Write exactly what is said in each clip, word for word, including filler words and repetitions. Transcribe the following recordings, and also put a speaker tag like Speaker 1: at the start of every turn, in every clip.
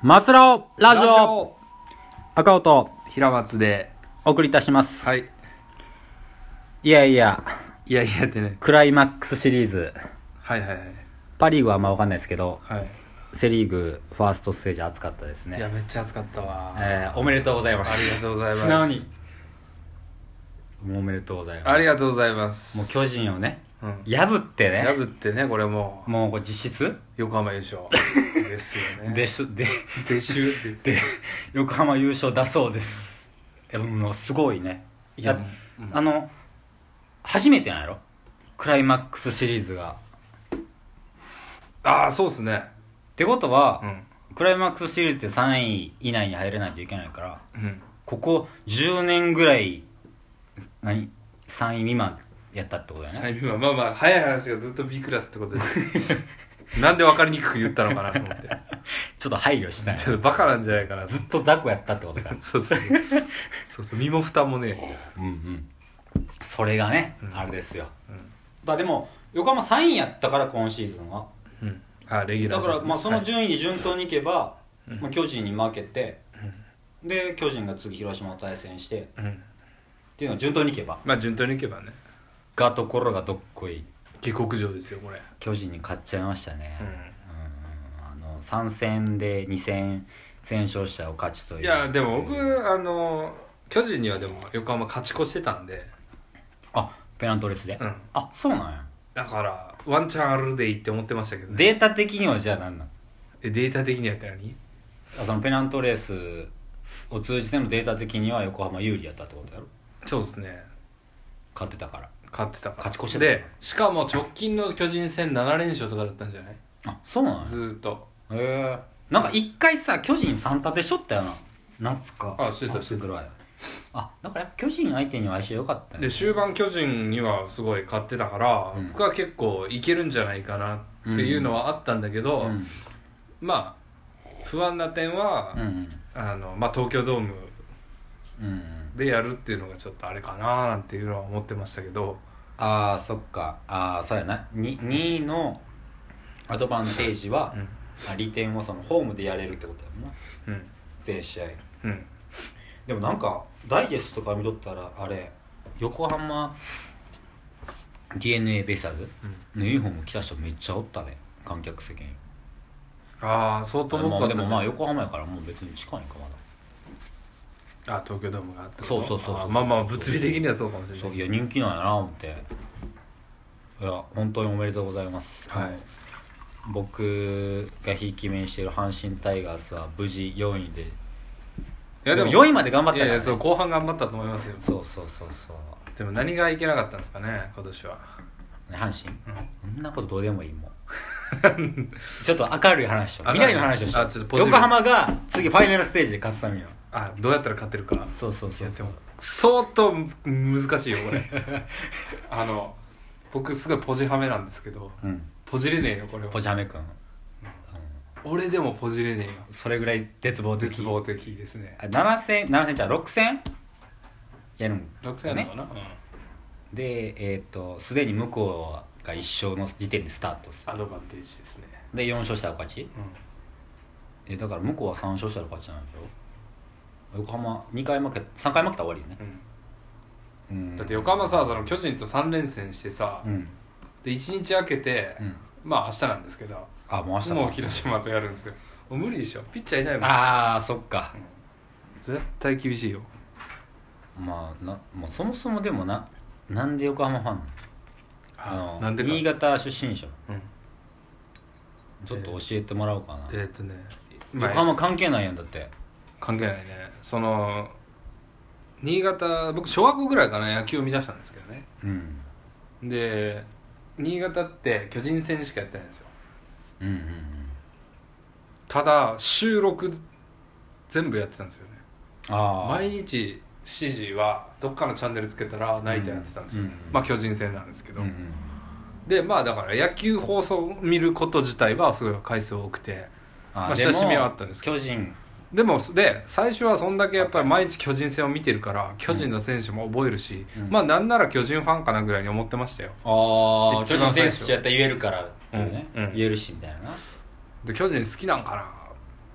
Speaker 1: マスラオラジ
Speaker 2: ラジ
Speaker 1: オ
Speaker 2: オ
Speaker 1: 赤尾と
Speaker 2: 平松で、
Speaker 1: お送りいたします。
Speaker 2: はい。
Speaker 1: いやいや、
Speaker 2: いやいやってね。
Speaker 1: クライマックスシリーズ、
Speaker 2: はいはいはい。
Speaker 1: パリーグはあんま分かんないですけど、
Speaker 2: はい。
Speaker 1: セリーグファーストステージ熱かったです
Speaker 2: いや、
Speaker 1: ね。
Speaker 2: めっちゃ暑かったわ。
Speaker 1: えー、おめでとうございます。
Speaker 2: ありがとうございます。
Speaker 1: 素直に。もうおめでとうございます。
Speaker 2: ありがとうございます。
Speaker 1: もう巨人をね、
Speaker 2: うん。
Speaker 1: 破ってね、
Speaker 2: 破ってね、これも
Speaker 1: もうこれ実質
Speaker 2: う、横浜優勝。ですよね。
Speaker 1: でしで、
Speaker 2: でしゅ。
Speaker 1: で、横浜優勝だそうです。いや、もうすごいね。
Speaker 2: いや、
Speaker 1: や
Speaker 2: うん
Speaker 1: あの、初めてなんやろクライマックスシリーズが。
Speaker 2: ああ、そうっすね。
Speaker 1: ってことは、
Speaker 2: うん。
Speaker 1: クライマックスシリーズってさんい以内に入れないといけないから、
Speaker 2: うん。
Speaker 1: ここじゅうねんぐらい何さんい未満やったってことだよね。
Speaker 2: 最後は、まあまあ、早い話がずっと B クラスってことで。なんで分かりにくく言ったのかなと思って。
Speaker 1: ちょっと配慮したい
Speaker 2: ちょっとバカなんじゃないかなと。
Speaker 1: ずっと雑魚やったってことか。
Speaker 2: そうそう。そうそう、身も蓋もね。
Speaker 1: うんうん。それがね、
Speaker 2: うん
Speaker 1: あれですよ。
Speaker 2: うん。
Speaker 1: だでも横浜さんいやったから今シーズンは。
Speaker 2: うん。あ、レギュラー
Speaker 1: だからまあその
Speaker 2: はい
Speaker 1: 順位に順当にいけば、
Speaker 2: うん
Speaker 1: まあ、巨人に負けて、で巨人が次広島と対戦してっ
Speaker 2: うん。
Speaker 1: ていうのが順当にいけば。
Speaker 2: まあ順当にいけばね。
Speaker 1: がところがどっこい
Speaker 2: 下克上ですよこれ。
Speaker 1: 巨人に勝っちゃいましたね。
Speaker 2: う
Speaker 1: うんあのさん戦でに戦全勝したを勝ちという。
Speaker 2: いやでも僕あの巨人にはでも横浜勝ち越してたんで、
Speaker 1: あペナントレスで、
Speaker 2: うん、
Speaker 1: あそうなんや。
Speaker 2: だからワンチャンあるでいいって思ってましたけどね。
Speaker 1: データ的にはじゃあ何なん
Speaker 2: えデータ的にはって何？
Speaker 1: あそのペナントレースを通じてのデータ的には横浜有利やったってことやろ。
Speaker 2: そうですね。
Speaker 1: 勝ってたから。
Speaker 2: 勝ってたから。
Speaker 1: 勝ち越してた
Speaker 2: でしかも直近の巨人戦なな連勝とかだったんじゃない？
Speaker 1: あそうなんや。
Speaker 2: ずーっと。
Speaker 1: へえなんか一回さ巨人さん立てしょったよな夏か。
Speaker 2: あしてたしてた
Speaker 1: 夏ぐらい。あだからやっぱ巨人相手には相性良かったよね。
Speaker 2: で終盤巨人にはすごい勝ってたから、
Speaker 1: うん
Speaker 2: 僕は結構いけるんじゃないかなっていうのはあったんだけど、
Speaker 1: うん
Speaker 2: まあ不安な点は、
Speaker 1: うんうん
Speaker 2: あのまあ、東京ドーム
Speaker 1: うんうん
Speaker 2: でやるっていうのがちょっとあれかななんていうのは思ってましたけど、
Speaker 1: ああそっかああそうやな に, にいのアドバンテージは、
Speaker 2: うん
Speaker 1: あ利点をそのホームでやれるってことやもんな
Speaker 2: うん
Speaker 1: 全試合。
Speaker 2: うん
Speaker 1: でもなんかダイジェストとか見とったらあれ横浜 ディーエヌエー ベイスターズのユニフォーム着た人めっちゃおったね観客席に。
Speaker 2: ああ相当多かったね。
Speaker 1: まあでもまあ横浜やからもう別に近いんかまだ。
Speaker 2: あ東京ドームがあってこと。
Speaker 1: そうそうそうそう
Speaker 2: あまあまあ物理的にはそうかもしれない。
Speaker 1: そういや人気なんやな思っていや本当におめでとうございます。
Speaker 2: はい。
Speaker 1: 僕がひいき目にしている阪神タイガースは無事よんいで
Speaker 2: いや
Speaker 1: でもよんいまで頑張ったから、ね、
Speaker 2: いやいやそう後半頑張ったと思いますよ。
Speaker 1: そうそうそうそう
Speaker 2: でも何がいけなかったんですかね今年は。
Speaker 1: 阪神、
Speaker 2: うん
Speaker 1: そんなことどうでもいいもんちょっと明るい話を
Speaker 2: 明るい
Speaker 1: 未来の話をしよう。
Speaker 2: あちょっとポジティブ
Speaker 1: 横浜が次ファイナルステージで勝つためには
Speaker 2: あどうやったら勝てるか。
Speaker 1: そうそうそう
Speaker 2: いやでも相当難しいよこれあの僕すごいポジハメなんですけど
Speaker 1: うん
Speaker 2: ポジれねえよこれは。
Speaker 1: ポジハメ君、
Speaker 2: 俺でもポジれねえよ。
Speaker 1: それぐらい絶望的。
Speaker 2: 絶望的ですね。
Speaker 1: あなな戦なな戦じゃあろく戦やるん
Speaker 2: ろく戦やるのかな、
Speaker 1: でえっ、とすでに向こうがいっ勝の時点でスタートす
Speaker 2: うん、アドバンテージですね。
Speaker 1: るでよん勝したら勝ち
Speaker 2: う
Speaker 1: えだから向こうはさん勝したら勝ちなんでしょ。横浜にかい負けさんかい負けたら終わりよね、
Speaker 2: んうん、
Speaker 1: うん、
Speaker 2: だって横浜さその巨人とさん連戦してさ、
Speaker 1: うん
Speaker 2: でいちにち空けて、
Speaker 1: うん
Speaker 2: まあ明日なんですけど
Speaker 1: あもう明日
Speaker 2: もう広島とやるんですよ。もう無理でしょピッチャーいないもん。
Speaker 1: ああそっか、
Speaker 2: 絶対厳しいよ。
Speaker 1: まあなもうそもそもでもななんで横浜ファンなのあの
Speaker 2: なんでか
Speaker 1: 新潟出身者
Speaker 2: うん
Speaker 1: ちょっと教えてもらおうかな、
Speaker 2: えーっとね
Speaker 1: 横浜関係ないやんだって。
Speaker 2: 関係ないね。その新潟僕小学校ぐらいかな野球を見出したんですけどね。
Speaker 1: うん
Speaker 2: で新潟って巨人戦しかやってないんですよ。
Speaker 1: うんうんうん
Speaker 2: ただ収録全部やってたんですよね。
Speaker 1: ああ
Speaker 2: 毎日しちじはどっかのチャンネルつけたらナイターやってたんですよ、
Speaker 1: うんうん
Speaker 2: まあ巨人戦なんですけど、
Speaker 1: うんうん
Speaker 2: でまあだから野球放送を見ること自体はすごい回数多くて、まあ
Speaker 1: あでも
Speaker 2: 親しみはあったんですけど
Speaker 1: 巨人
Speaker 2: でもで最初はそんだけやっぱり毎日巨人戦を見てるから巨人の選手も覚えるし、
Speaker 1: うん
Speaker 2: まあなんなら巨人ファンかなぐらいに思ってましたよ。
Speaker 1: ああ巨人
Speaker 2: 一番最初
Speaker 1: 選手やったら言えるからっていうね、
Speaker 2: うんうん
Speaker 1: 言えるしみたいな。
Speaker 2: で巨人好きなんかなっ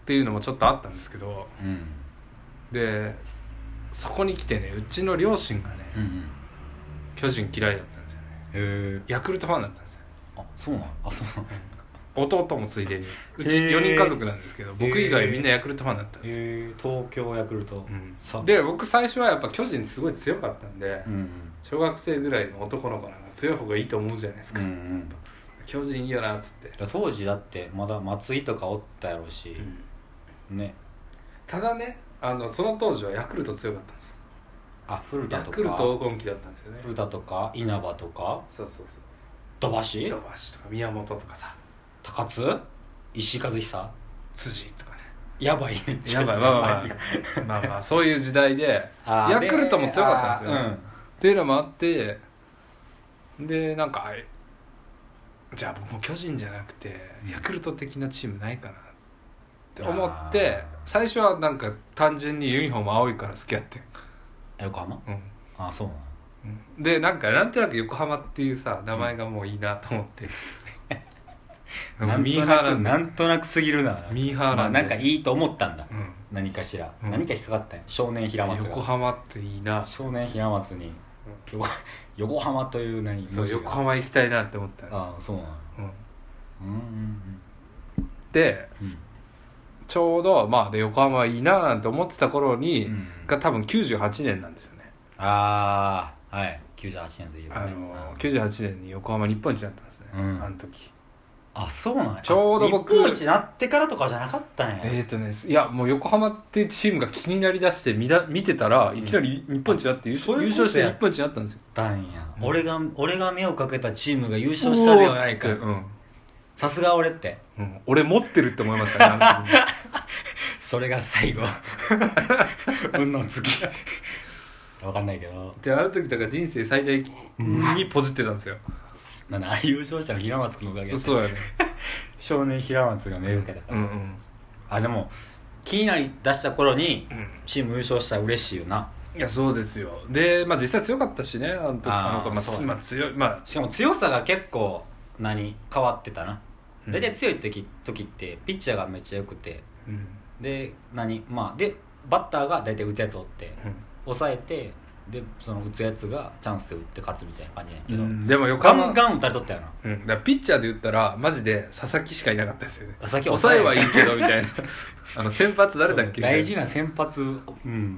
Speaker 2: っていうのもちょっとあったんですけど、
Speaker 1: うん、
Speaker 2: でそこに来てね、うちの両親がね、
Speaker 1: うんうん、
Speaker 2: 巨人嫌いだったんですよね。
Speaker 1: へえ。
Speaker 2: ヤクルトファンだったんですよ。
Speaker 1: あ、そうなん。あ、そうなん。
Speaker 2: 弟もついでに、うち
Speaker 1: へー
Speaker 2: よにん家族なんですけど、僕以外みんなヤクルトファンだったんですよ。
Speaker 1: へえ。東京ヤクルト、
Speaker 2: うん、で僕最初はやっぱ巨人すごい強かったんで、
Speaker 1: うんうん、
Speaker 2: 小学生ぐらいの男の子なんか強い方がいいと思うじゃないですか、
Speaker 1: うんうん、
Speaker 2: 巨人いいよなっつって。
Speaker 1: 当時だってまだ松井とかおったやろうし、うん、ね。
Speaker 2: ただね、あのその当時はヤクルト強かったんです。
Speaker 1: あ、古田とか
Speaker 2: ヤクルト黄金期だったんですよね。
Speaker 1: 古田とか稲葉とか、
Speaker 2: そうそうそう、
Speaker 1: 土橋
Speaker 2: 土橋とか宮本とかさ、
Speaker 1: 高津、石井和久、
Speaker 2: 辻とかね、
Speaker 1: やばい
Speaker 2: やばい、まあまあまあまあまあそういう時代でヤクルトも強かったんですよ、ね、うん、っていうのもあって、でなんかじゃあ僕も巨人じゃなくてヤクルト的なチームないかなって思って、最初はなんか単純にユニフォーム青いから好きやってん。
Speaker 1: 横浜、うん、あ、そうなの、
Speaker 2: うん、でなんかなんとなく横浜っていうさ名前がもういいなと思って、
Speaker 1: うん、なんミーハーなんなんとなくすぎるな。
Speaker 2: ミーハーなんで、
Speaker 1: まあ、なんかいいと思ったんだ、
Speaker 2: うん、
Speaker 1: 何かしら、
Speaker 2: うん、
Speaker 1: 何か引っかかったんや。少年平松が
Speaker 2: 横浜っていいな、
Speaker 1: 少年平松に、うん、横浜という何、
Speaker 2: そう横浜行きたいなって思ったんです。
Speaker 1: ああ、そうなの、うん、うんうん
Speaker 2: うん、で、うん、ちょうどまあで横浜いいななんて思ってた頃に、うん、が多分きゅうじゅうはちねんなんですよね。
Speaker 1: ああ、はい、きゅうじゅうはちねんという、ね、
Speaker 2: あのきゅうじゅうはちねんに横浜日本一だったんですね、うん、あの時。
Speaker 1: あ、そうなんや。
Speaker 2: ちょうど僕
Speaker 1: 日本一なってからとかじゃなかったんや。
Speaker 2: えーとね、いやもう横浜っていうチームが気になりだして見だ見てたら、いきなり日本一になって優勝、優勝して日本一になったんですよ。
Speaker 1: だんや、うん、俺が俺が目をかけたチームが優勝したではないか。さすが俺って、
Speaker 2: うん、俺持ってるって思いましたね
Speaker 1: それが最後運の月わかんないけど、
Speaker 2: であの時だから人生最大にポジってたんですよ。
Speaker 1: なんだ、あれ優勝したの平松君のおかげで。
Speaker 2: そうやね
Speaker 1: 少年平松が目受けたから、
Speaker 2: うんうん、
Speaker 1: あ、でも気になり出した頃にチーム優勝したら嬉しいよな。
Speaker 2: いやそうですよ。で、まあ、実際強かったしね、あの時。あの子、まあまあ、強い、まあ、
Speaker 1: しかも強さが結構何変わってたな。大体、うん、強い時時ってピッチャーがめっちゃ良くて、うん、で何まあでバッターが大体打つやつを打って、うん、抑えて、でその打つやつがチャンスで打って勝つみたいな感じやけど、うん、でも横浜ガンガン打たれとったよな、
Speaker 2: うん、だからピッチャーで打ったらマジで佐々木しかいなかったですよね。抑えはいいけどみたいなあの先発誰だっけ、
Speaker 1: 大事な先発、うん、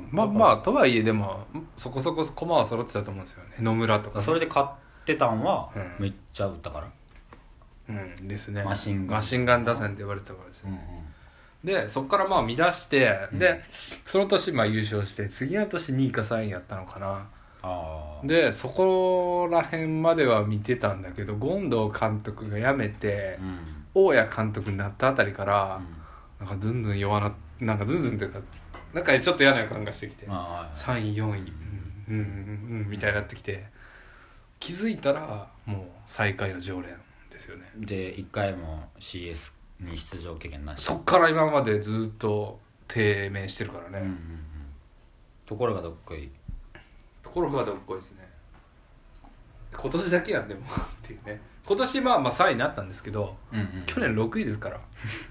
Speaker 2: まあまあとはいえでもそこそこ駒は揃ってたと思うんですよね。野村とか
Speaker 1: それで勝ってたんは、うん、めっちゃ打ったから、
Speaker 2: うんですね、
Speaker 1: マシンガン
Speaker 2: マシンガン打線って言われてたからですね、うんうん、でそこからまあ乱して、うん、でその年まあ優勝して次の年にいかさんいやったのかな。あでそこら辺までは見てたんだけど、権藤監督が辞めて、うん、大谷監督になったあたりから、うん、なんかずんずん弱ななんかずんずんというかなんかちょっと嫌な予感がしてきて、さんいよんい、うんうんうんうんみたいになってきて、気づいたらもう最下位の常連ですよね。
Speaker 1: でいっかいも シーエス に出場経験なし、
Speaker 2: そっから今までずっと低迷してるからね、うんうんうん、
Speaker 1: ところがどっこい
Speaker 2: ところがどっこいですね。今年だけやんでもっていうね。今年まあまあさんいになったんですけど、うんうん、去年ろくいですから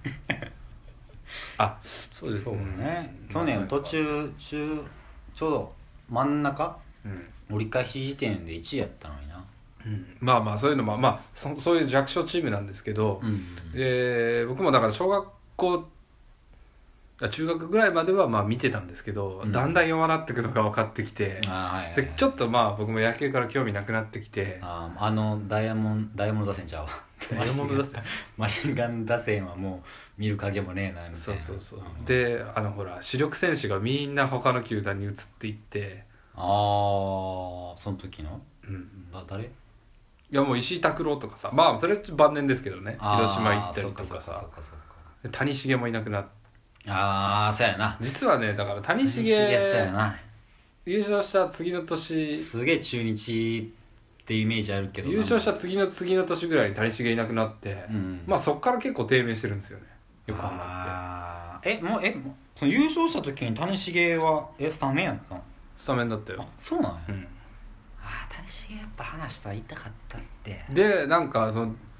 Speaker 2: あ、そうです
Speaker 1: ね、去年途中中ちょうど真ん中、うん、折り返し時点でいちいやったのにな、
Speaker 2: うん、まあまあそういうのもまあ そ, そういう弱小チームなんですけど、うんうん、で僕もだから小学校中学ぐらいまではまあ見てたんですけど、うん、だんだん弱なってくるのが分かってきて、あ、はいはいはい、でちょっとまあ僕も野球から興味なくなってきて、
Speaker 1: ああのダイヤモンダイヤモンド打線ちゃうわ
Speaker 2: ダイヤモンド打線
Speaker 1: マシンガン打線はもう見る影もねえなみたいな。
Speaker 2: そうそうそう、うん、であのほら主力選手がみんな他の球団に移っていって、
Speaker 1: ああその時の、うん、だ誰？い
Speaker 2: やもう石井拓郎とかさ、まあそれ晩年ですけどね、広島行ったりとかさ、谷繁もいなくなって、
Speaker 1: ああそうやな。
Speaker 2: 実はねだから谷繁優勝した次の年
Speaker 1: すげえ中日っていうイメージあるけど、
Speaker 2: 優勝した次の次の年ぐらいに谷繁いなくなって、うん、まあそっから結構低迷してるんですよね横浜って。
Speaker 1: えもうえその優勝した時に谷繁はえスタメンやったの？
Speaker 2: スタメンだったよ。
Speaker 1: あそうなんや、うん、あ谷繁やっぱ話したら痛かったって。
Speaker 2: でなんかその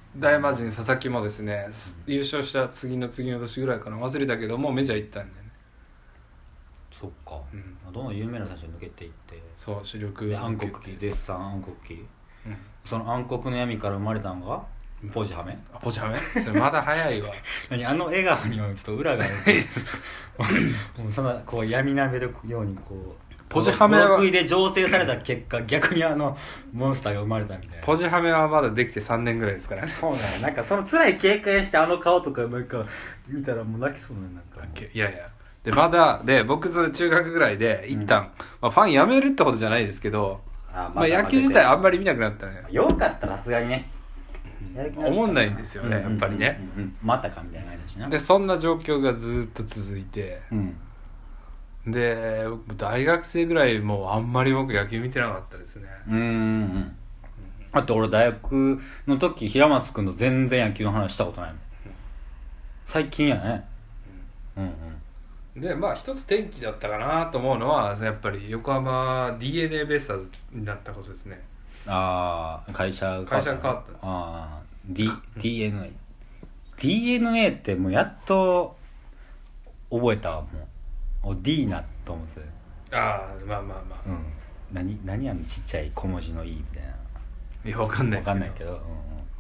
Speaker 2: 大魔神佐々木もですね、うん、優勝した次の次の年ぐらいかな忘れたけどもメジャー行ったんだよね。
Speaker 1: そっか、うん、どんどん有名な選手抜けていって、
Speaker 2: そう主力
Speaker 1: 暗黒期絶賛暗黒期、うん、その暗黒の闇から生まれたのがポジハメ、
Speaker 2: あポジハメそれまだ早いわ
Speaker 1: 何あの笑顔にはちょっと裏があるもうそんなこう闇なめるようにこう
Speaker 2: ポジハメは
Speaker 1: ごろくいで醸成された結果逆にあのモンスターが生まれたみたいな。
Speaker 2: ポジハメはまだできてさんねんぐらいですからね。
Speaker 1: そうなの、なんかその辛い経験してあの顔とかなんか見たらもう泣きそうな、なんか
Speaker 2: いやいやでまだで僕それ中学ぐらいで一旦、うんまあ、ファン辞めるってことじゃないですけどあ、まあ、野球自体あんまり見なくなったね。
Speaker 1: よかったらさすがにね
Speaker 2: 思んないんですよね、うんうんうんうん、やっぱりね、
Speaker 1: うんうん、またかみたいな感じだしな。
Speaker 2: でそんな状況がずっと続いて、うん、で大学生ぐらいもうあんまり僕野球見てなかったですね。
Speaker 1: うんうんうんあと俺大学の時平松君と全然野球の話したことないもん、うん、最近やね、うん、うん
Speaker 2: うんでまあ一つ転機だったかなと思うのはやっぱり横浜 ディーエヌエー ベイスターズになったことですね。
Speaker 1: ああ会社が
Speaker 2: 会社が変わったんです。
Speaker 1: ああ D、ディーエヌエー ディーエヌエー ってもうやっと覚えたわ。もう D なと思うんですよ。
Speaker 2: ああまあまあまあ、
Speaker 1: うん、何何あのちっちゃい小文字の E みたいな。
Speaker 2: いやわかんないですけど、
Speaker 1: わかんないけど、うんうん、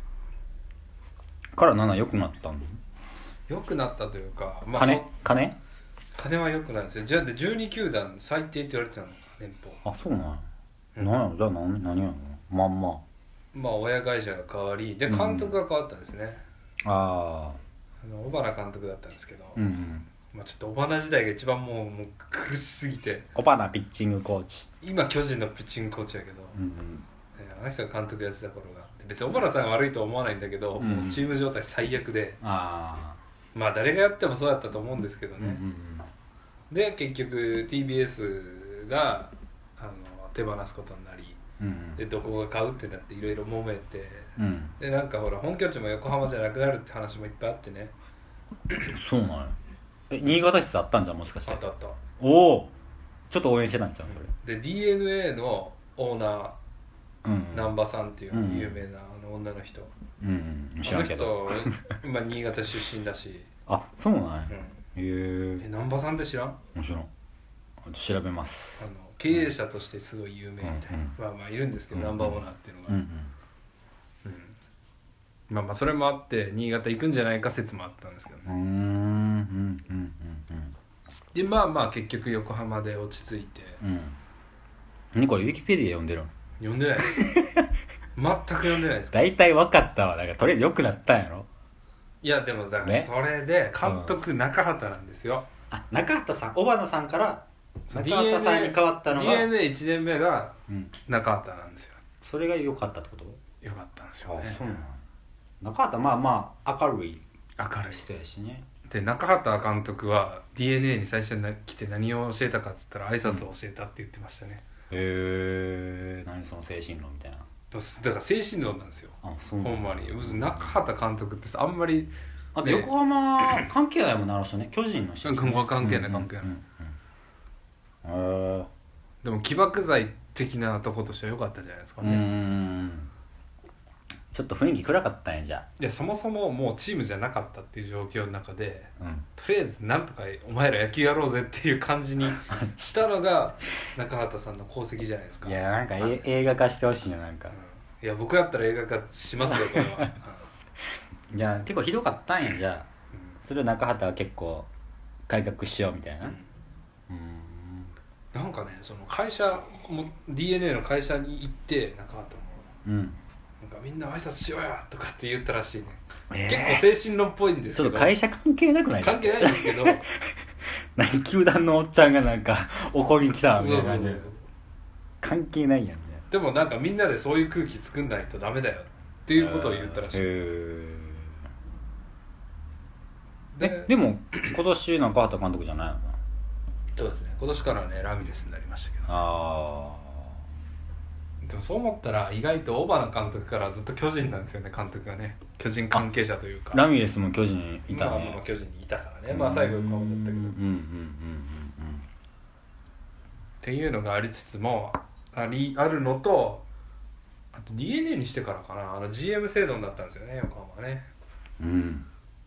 Speaker 1: からなな良くなったの？
Speaker 2: 良くなったというか、まあ、
Speaker 1: 金金
Speaker 2: 金は良くないんですよ。じゃあじゅうに球団最低って言われてたの年俸。
Speaker 1: あそうなんや、うん、何やろじゃあ何何やろまんま
Speaker 2: まあ親会社が変わりで監督が変わったんですね、
Speaker 1: うん、あ
Speaker 2: あの小花監督だったんですけど、
Speaker 1: うんうん
Speaker 2: まあ、ちょっと小花時代が一番もう、もう苦しすぎて。
Speaker 1: 小花ピッチングコーチ、
Speaker 2: 今巨人のピッチングコーチやけど、うんうんあの人が監督やってた頃が別に小原さんが悪いとは思わないんだけど、うん、もうチーム状態最悪で、あまあ誰がやってもそうだったと思うんですけどね、うんうんうん、で結局 ティービーエス があの手放すことになり、うんうん、でどこが買うってなっていろいろ揉めて、うん、でなんかほら本拠地も横浜じゃなくなるって話もいっぱいあってね
Speaker 1: そうなんや。え新潟室あったんじゃんもしかして。
Speaker 2: あったあった。
Speaker 1: おおちょっと応援してたんじゃんそ
Speaker 2: れで ディーエヌエー のオーナー南波さんっていう有名なあの女の人、うんうん、知らんけどあの人今新潟出身だし
Speaker 1: あそうなんや、うん、へ
Speaker 2: え南波さんって知らん？
Speaker 1: もちろん調べます。
Speaker 2: あの経営者としてすごい有名みたいな、うんうん、まあまあいるんですけど、うんうん、ナンバーオーナーっていうのが、うんうんうん、まあまあそれもあって新潟行くんじゃないか説もあったんですけどね。うんうんうんうんうんでまあまあ結局横浜で落ち着いて、うん、
Speaker 1: 何これウィキペディア読んでるの？
Speaker 2: 読んでない全く読んでないです。
Speaker 1: 大体分かったわ。なんかとりあえず良くなったんやろ。
Speaker 2: いやでもだからそれで監督、ね、中畑なんですよ。
Speaker 1: あ中畑さん小花さんから中畑さんに変わったのが
Speaker 2: ディーエヌエーいち 年目が中畑なんですよ、
Speaker 1: うん、それが良かったってこと？
Speaker 2: 良かったんですよね。
Speaker 1: あそうなの。中畑まあまあ明るい
Speaker 2: 明るい
Speaker 1: 人やしね。
Speaker 2: で中畑監督は ディーエヌエー に最初に来て何を教えたかっつったら挨拶を教えたって言ってましたね、
Speaker 1: うん、へえ何その精神論みたいな。
Speaker 2: だから精神論なんですよ。あそうほんまに中畑監督ってあんまり
Speaker 1: あと横浜関係ないもんなあの人ね巨人の人、
Speaker 2: ね、関係ない関係ない、うんうんうん、でも起爆剤的なとことしては良かったじゃないですかね。うん
Speaker 1: ちょっと雰囲気暗かったんやじゃあ。
Speaker 2: いやそもそももうチームじゃなかったっていう状況の中で、うん、とりあえずなんとかお前ら野球やろうぜっていう感じにしたのが中畑さんの功績じゃないですか。
Speaker 1: いやなんか映画化してほしいななんか、
Speaker 2: うん、いや僕だったら映画化しますよこれは
Speaker 1: いや結構ひどかったんやじゃあ、うん、それを中畑は結構改革しようみたいな、うん、
Speaker 2: うんなんかねその会社も ディーエヌエー の会社に行って中畑も、うんなんかみんな挨拶しようやとかって言ったらしいね、えー、結構精神論っぽいんですけど。
Speaker 1: ちょっと会社関係なくない？
Speaker 2: 関係ないんですけど
Speaker 1: 何球団のおっちゃんがなんか怒りに来たみたいな感じで関係ないやんね。
Speaker 2: でもなんかみんなでそういう空気作んないとダメだよっていうことを言ったらしい。え
Speaker 1: ー、で, でも今年中畑監督じゃないのかな。
Speaker 2: そうですね今年からねラミレスになりましたけど。ああでもそう思ったら意外と小花監督からずっと巨人なんですよね監督がね。巨人関係者というか
Speaker 1: ラミレスも巨人にいたね。
Speaker 2: まあ、まあ巨人にいたからねまあ最後横浜だったけどっていうのがありつつもありあるのとああと ディーエヌエー にしてからかな、あの ジーエム 制度になったんですよね、横浜はね。
Speaker 1: うん。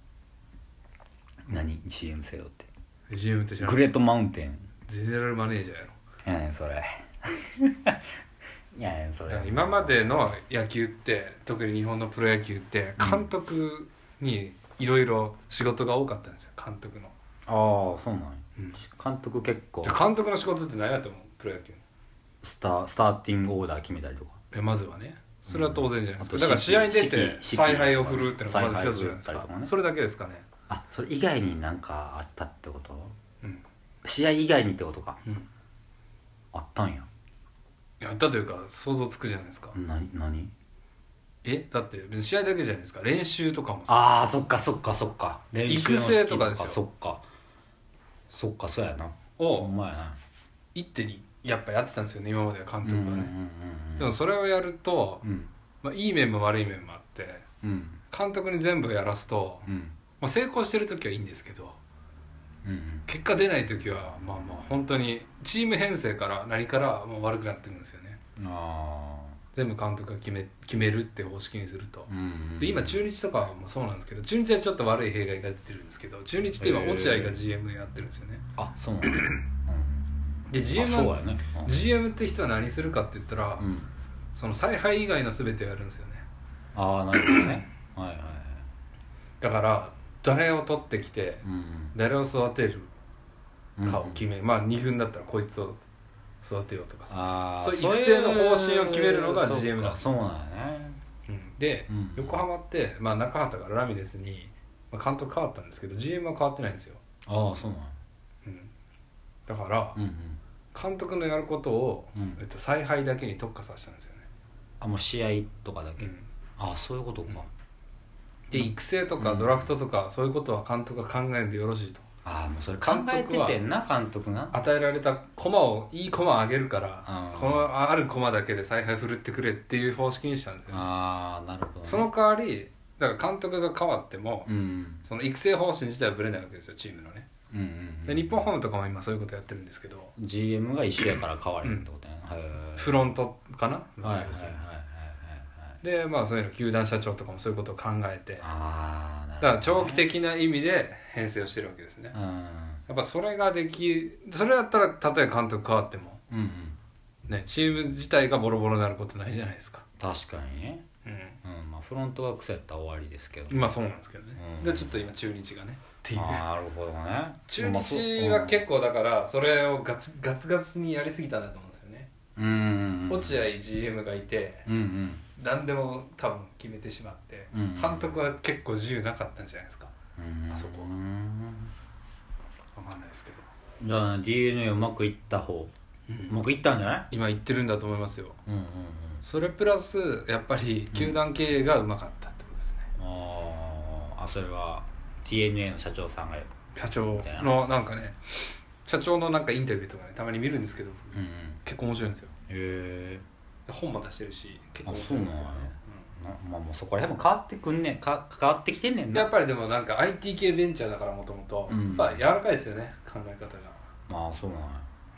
Speaker 1: 何 ジーエム 制度って。
Speaker 2: ジーエム って知らない？
Speaker 1: グレートマウンテン
Speaker 2: ゼネラルマネージャーやろ。
Speaker 1: いやねんそれいやねんそれ。
Speaker 2: 今までの野球って特に日本のプロ野球って監督にいろいろ仕事が多かったんですよ、監督の。
Speaker 1: ああそうなんや、
Speaker 2: うん、
Speaker 1: 監督結構。
Speaker 2: 監督の仕事って何やと思う？プロ野球
Speaker 1: スタスターティングオーダー決めたりとか。
Speaker 2: えまずはね、それは当然じゃないですか、うん、だから試合に出て采配を振るってのがまず一つじゃないですか、ね、それだけですかね。
Speaker 1: あ、それ以外に何かあったってこと？
Speaker 2: うん、
Speaker 1: 試合以外にってことか、
Speaker 2: うん、
Speaker 1: あったんや。
Speaker 2: やったというか想像つくじゃないですか。
Speaker 1: 何何
Speaker 2: えだって別に試合だけじゃないですか、練習とかもさ。
Speaker 1: ああそっかそっかそっか、
Speaker 2: 練習育成とかですよ。
Speaker 1: そっかそっか、そうやな。
Speaker 2: を
Speaker 1: ほんまやな、
Speaker 2: 一手にやっぱやってたんですよね、今までは監督がね。でもそれをやると、うんまあ、いい面も悪い面もあって、うん、監督に全部やらすと、うんまあ、成功してる時はいいんですけど、うんうん、結果出ない時はまあまあ本当にチーム編成から何からもう悪くなってるんですよね。あ全部監督が決め、決めるって方式にすると、うんうん、で今中日とかもそうなんですけど、中日はちょっと悪い弊害が出てるんですけど、中日って今落合が ジーエム でやってるんですよね。
Speaker 1: あそうなんだ、うん、で
Speaker 2: ジーエム は、ねうん、ジーエム って人は何するかって言ったら、うん、その采配以外の全てをやるんですよね。
Speaker 1: ああなるほどねはいはいはい。
Speaker 2: だから誰を取ってきて、うん、誰を育てるかを決め、うん、まあに軍だったらこいつを育てようとかさ、そういう育成の方針を決めるのが ジーエム なんですよ。
Speaker 1: そうなんやね、
Speaker 2: うん、で、うん、横浜って、まあ、中畑からラミレスに、まあ、監督変わったんですけど ジーエム は変わってないんですよ。
Speaker 1: ああそうなんや、
Speaker 2: うん、だから、うんうん、監督のやることを、うんえっと、采配だけに特化させたんですよね。
Speaker 1: あもう試合とかだけ、うん、ああそういうことか、
Speaker 2: うん、で育成とかドラフトとか、うん、そういうことは監督が考えるんでよろしいと。
Speaker 1: ああもうそれ考えててんな監督な。
Speaker 2: 与えられた駒をいい駒をあげるから、このある駒だけで采配振るってくれっていう方式にしたんですよ、ね、
Speaker 1: ああなるほど、ね、
Speaker 2: その代わりだから監督が変わっても、うん、その育成方針自体はぶれないわけですよ、チームのね、うんうんうん、で日本ハムとかも今そういうことやってるんですけど
Speaker 1: ジーエム が一緒やから変われるってことね、
Speaker 2: うん、フロントかな、はいはいはいはい、でまあそういうの球団社長とかもそういうことを考えて、あなるほど、ね、だから長期的な意味で編成をしてるわけですね、うん、やっぱそれができそれだったらたとえ監督変わっても、うんうんね、チーム自体がボロボロになることないじゃないですか。
Speaker 1: 確かにね、うんうんまあ、フロントが癖やったら終わりですけど、
Speaker 2: まあそうなんですけどね、うん、でちょっと今中日がねっていう。
Speaker 1: あなるほどね。
Speaker 2: 中日は結構だからそれをガツガツガツにやりすぎたんだと思うんですよね。うんうんうん、落合 ジーエム がいて、うんうん、何でも多分決めてしまって、うんうん、監督は結構自由なかったんじゃないですか、うんうん、あそこ分かんないですけど。
Speaker 1: じゃあ ディーエヌエー うまくいった方、うん、うまくいったんじゃない？
Speaker 2: 今いってるんだと思いますよ、うんうんうん、それプラスやっぱり球団経営がうまかったってことですね、
Speaker 1: うん、ああそれは ディーエヌエー の社長さんが
Speaker 2: 社長のなんかね社長のなんかインタビューとかねたまに見るんですけど、うんうん、結構面白いんですよ。へえ。本も出してるし結構面白いんですけどね。
Speaker 1: うん、まあもうそこら辺も変わってくんねんか変わってきてんねんな。
Speaker 2: やっぱりでもなんか アイティー 系ベンチャーだからもともとやっぱ柔らかいですよね、考え方が。
Speaker 1: まあそうなんや、うん、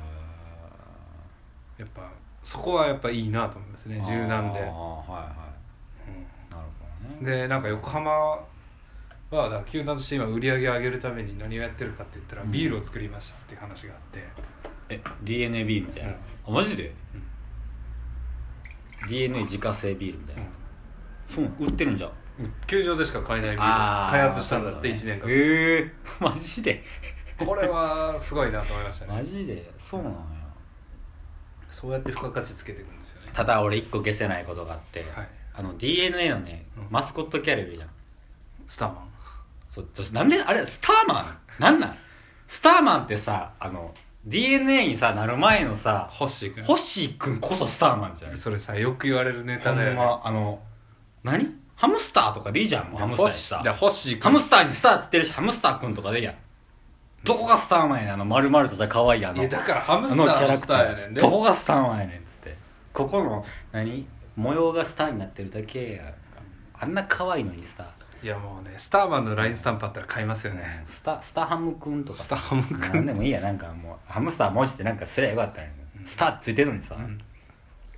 Speaker 2: やっぱそこはやっぱいいなと思いますね、柔軟で。ああはいはい、うん、なるほどね。でなんか横浜はだから球団として今売り上げを上げるために何をやってるかって言ったら、うん、ビールを作りましたっていう話があって。
Speaker 1: え ディーエヌエー ビールみたいな、うん、あマジで、うん、ディーエヌエー 自家製ビールみたいな、うん、そう売ってるんじゃん。
Speaker 2: 球場でしか買えないビール開発したんだっていちねんかん。へ
Speaker 1: えマジで
Speaker 2: これはすごいなと思いましたね。
Speaker 1: マジでそうなのよ。
Speaker 2: そうやって付加価値つけていくんですよね。
Speaker 1: ただ俺一個消せないことがあって、はい、あの ディーエヌエー のね、うん、マスコットキャラいるじゃん、
Speaker 2: スターマン。
Speaker 1: そうなんであれスターマンなんなんスターマンってさあの ディーエヌエー にさなる前のさ
Speaker 2: ホッシー君
Speaker 1: ホッシー君こそスターマンじゃん。
Speaker 2: それさよく言われるネタだよね。
Speaker 1: ほんまあの何ハムスターとかでいいじゃん。もうハムスターにさ
Speaker 2: ホッシー君
Speaker 1: ハムスターにスターつってるしハムスター君とかでいいやん。どこがスターマンやねんあの丸々とじゃ可愛いあの。
Speaker 2: いやだからハムスターのスターやねんね。
Speaker 1: どこがスターマンやねんっつってここの何模様がスターになってるだけやあんな可愛いのにさ。
Speaker 2: いやもうねスターマンのラインスタンプあったら買いますよね、
Speaker 1: うん、スタスタハムくんとか
Speaker 2: スタハムくん
Speaker 1: なんでもいいやなんかもうハムスター文字ってなんかすりゃよかったんや、うん、スターついてるのにさ、うん、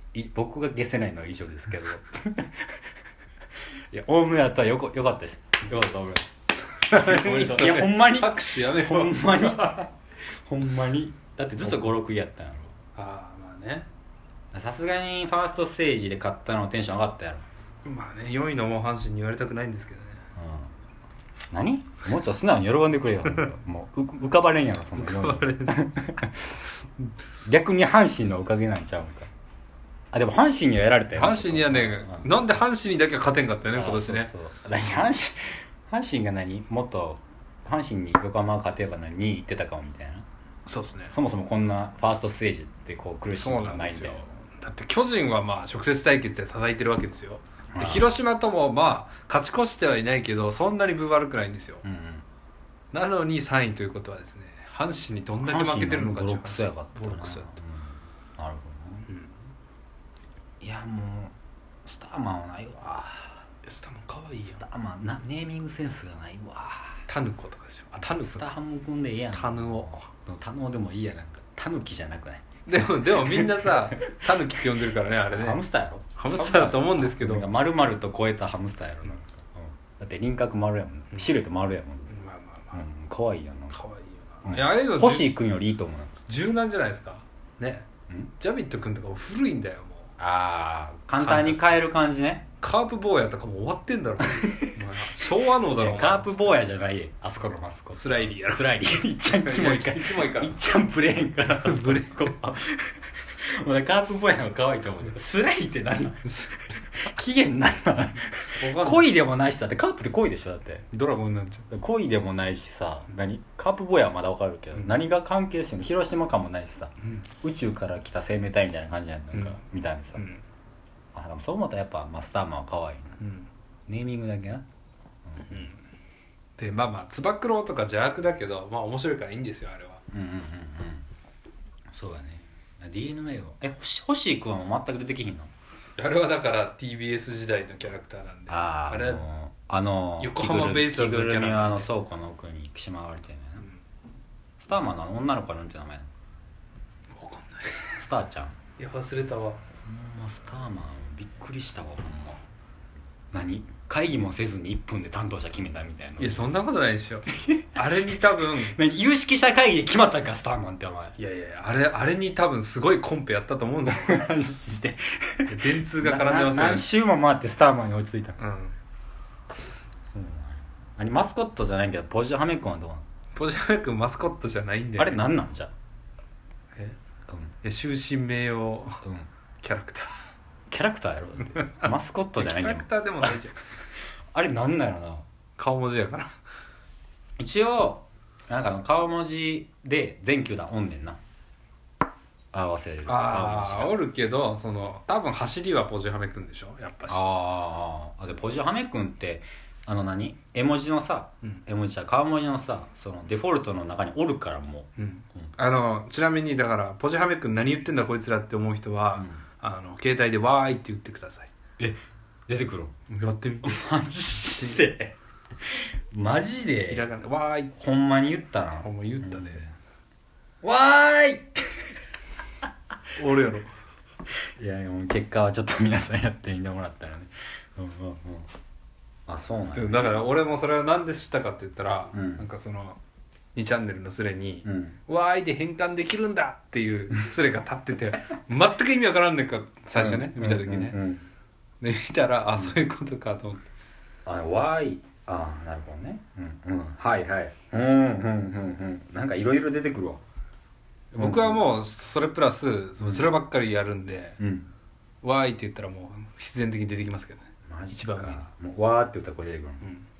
Speaker 1: い僕が消せないのは以上ですけどいや大村とはよこよかったです。よかった大村いやほんまに
Speaker 2: 拍手やめろ
Speaker 1: ほんまにほんまにだってずっとごろくいやったんやろ。
Speaker 2: ああまあね、
Speaker 1: さすがにファーストステージで勝ったのテンション上がったやろ。
Speaker 2: まあね、よんいのもう阪神に言われたくないんですけどね。
Speaker 1: うん、何もうちょっと素直に喜んでくれよもう浮かばれんやろそんな
Speaker 2: 浮かばれん
Speaker 1: 逆に阪神のおかげなんちゃうんか。あでも阪神にはやられたよ。
Speaker 2: 阪神にはね、うん、なんで阪神にだけは勝てんかったよね今年ね。
Speaker 1: そうそう何阪神阪神が何もっと阪神に横浜が勝てば何にいってたかもみたいな。
Speaker 2: そうですね。
Speaker 1: そもそもこんなファーストステージってこう苦しいのがないんだよ。
Speaker 2: だって巨人はまあ直接対決で叩いてるわけですよ。で広島ともまあ勝ち越してはいないけどそんなに分悪くないんですよ、うんうん、なのにさんいということはですね、阪神にどんだけ負けてるのか
Speaker 1: ボロクソやかったな。
Speaker 2: ボロクソやった、
Speaker 1: うん、なるほど、ね、うん、いやもうスターマンはないわ。
Speaker 2: スターマンかわいいやん。
Speaker 1: スターマンなネーミングセンスがないわ。
Speaker 2: タヌコとかでしょ。あタヌコ
Speaker 1: スターム君でええやん。
Speaker 2: タヌオ
Speaker 1: タヌオでもいいやなんかタヌキじゃなくない。
Speaker 2: でもでもみんなさタヌキって呼んでるからねあれね。
Speaker 1: ハムスターやろ。
Speaker 2: ハムスターだと思うんですけど
Speaker 1: 丸々と超えたハムスターやろなんか、うん、だって輪郭丸やもん、うん、シルエット丸やもん、うん、まあまあまあ、うん、かわいいよな。
Speaker 2: かわいいよ
Speaker 1: な、うん、いやあれの星君よりいいと思うな。
Speaker 2: 柔軟じゃないですかね。ジャビット君とかも古いんだよもう。
Speaker 1: ああ簡単に変える感じね。
Speaker 2: カープ坊やとかも終わってんだろ昭和のだろ。
Speaker 1: カープ坊やじゃない。あそこのマスコ
Speaker 2: スライリーやろ。
Speaker 1: スライリーいっちゃんキモいから
Speaker 2: キモいから
Speaker 1: いっちゃんブレーンから
Speaker 2: ブレーン
Speaker 1: もうカープ坊やの方が可愛いと思うけどスライリーって何なん期限なんなん恋でもないしさ。だってカープって恋でしょ。だって
Speaker 2: ドラゴンになっちゃう。
Speaker 1: 恋でもないしさ、何カープ坊やはまだわかるけど、うん、何が関係しても広島感もないしさ、うん、宇宙から来た生命体みたいな感じなんか、うん、みたいなさ、うん、あでもそう思ったらやっぱマスターマンは可愛いな、うん、ネーミングだけな、うん
Speaker 2: うん、でまあまあつば九郎とか邪悪だけどまあ面白いからいいんですよあれは。
Speaker 1: うんうんうんうんそうだね。 ディーエヌエー をえ星井君は全く出てきひんの。
Speaker 2: あれはだから ティービーエス 時代のキャラクターなんで。
Speaker 1: ああれあの
Speaker 2: 横浜ベイスターズのキャラ
Speaker 1: 着ぐるみはあの倉庫の奥にしまわれてるんだよな、うん、スターマンの女の子なんて名前なの。
Speaker 2: 分かんない
Speaker 1: スターちゃん。
Speaker 2: いや忘れたわ。ほん
Speaker 1: まスターマンびっくりしたわほんま。何会議もせずにいっぷんで担当者決めたみたいな。
Speaker 2: いやそんなことないでしょあれに多分
Speaker 1: 何有識者会議で決まったんかスターマンってお前。
Speaker 2: いやいやあれあれに多分すごいコンペやったと思うんですよマジで電通が絡んでますよね。
Speaker 1: 何周も回ってスターマンに追いついた。うん、そう何マスコットじゃないけどポジハメ君はどうなの。
Speaker 2: ポジハメ君マスコットじゃないんで、ね、
Speaker 1: あれ何なんじゃ。
Speaker 2: え、うん、いや終身名誉、うん、キャラクター
Speaker 1: キャラクターやろマスコットじゃないんだよ。
Speaker 2: キャラクターでもないじゃん
Speaker 1: あれなんなんやろな。
Speaker 2: 顔文字やから
Speaker 1: 一応なんかの顔文字で全球団おんねんな合わせる。
Speaker 2: ああおるけどその多分走りはポジハメくんでしょやっぱし。
Speaker 1: ああでポジハメくんってあの何絵文字のさ、うん、絵文字じゃ顔文字のさそのデフォルトの中におるからもう、うんうん、
Speaker 2: あのちなみにだからポジハメくん何言ってんだこいつらって思う人は、うん、あの携帯でわーいって言ってください。
Speaker 1: え出てくる。
Speaker 2: やってみて
Speaker 1: マジでマジで
Speaker 2: ひらがなわーい
Speaker 1: ほんまに言ったな。
Speaker 2: ほんまに言ったね、
Speaker 1: うん、わーい
Speaker 2: 俺やろ。
Speaker 1: いやもう結果はちょっと皆さんやってみてもらったらね。うんうんうんあそうなんや、ね、
Speaker 2: だから俺もそれはなんで知ったかって言ったら、うん、なんかそのにチャンネルのスレに、うん、わーいで変換できるんだっていうスレが立ってて全く意味わからんねんか最初ね、うん、見た時ね、うんうんうん、で見たらあそういうことかと思って。
Speaker 1: あわーいあなるほどねうんうんはいはいうんうんうんうんなんかいろいろ出てくるわ。
Speaker 2: 僕はもうそれプラスそればっかりやるんで、うん、わーいって言ったらもう必然的に出てきますけどね。
Speaker 1: マジ一番上もうわーって言ったらこれ出てくる、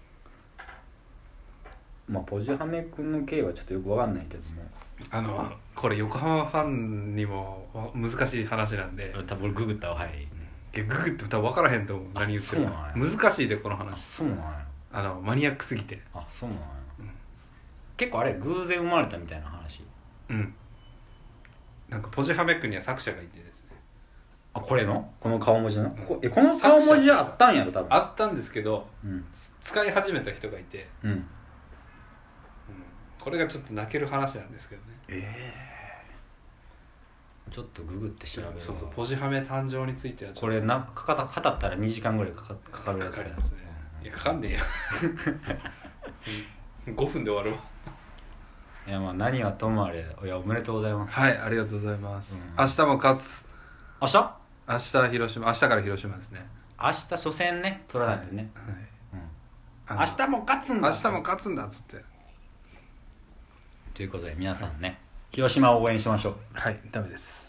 Speaker 1: うん、まあポジハメ君の経緯はちょっとよくわかんないけども
Speaker 2: あのこれ横浜ファンにも難しい話なんで
Speaker 1: 多分俺ググったわはい、
Speaker 2: うん、ググって多分分からへんと思う何言ってるか難しいでこの話。
Speaker 1: そうなんや
Speaker 2: あのマニアックすぎて。
Speaker 1: あそうなんや、うん、結構あれ偶然生まれたみたいな話。
Speaker 2: うんなんかポジハメ君には作者がいてですね
Speaker 1: あこれのこの顔文字の、うん、こ, えこの顔文字あったんやろ多分。
Speaker 2: あったんですけど、うん、使い始めた人がいて、うんうん、これがちょっと泣ける話なんですけどね。え
Speaker 1: ちょっとググって調べる。
Speaker 2: そうそう、ポジハメ誕生については
Speaker 1: これなかかた語ったらにじかんぐらいかかかかるやつ
Speaker 2: かかりますね。いやかかんねえよごふんで終わるわ。
Speaker 1: いやまあ何はともあれ、いやおめでとうございます。
Speaker 2: はい、ありがとうございます、うん、明日も勝つ。
Speaker 1: 明日
Speaker 2: 明日広島、明日から広島ですね。
Speaker 1: 明日初戦ね取らないとね、はい、はい、うん、明日も勝つんだ
Speaker 2: 明日も勝つんだっつって。
Speaker 1: ということで皆さんね、はい、広島を応援しましょう。
Speaker 2: はい、ダメです。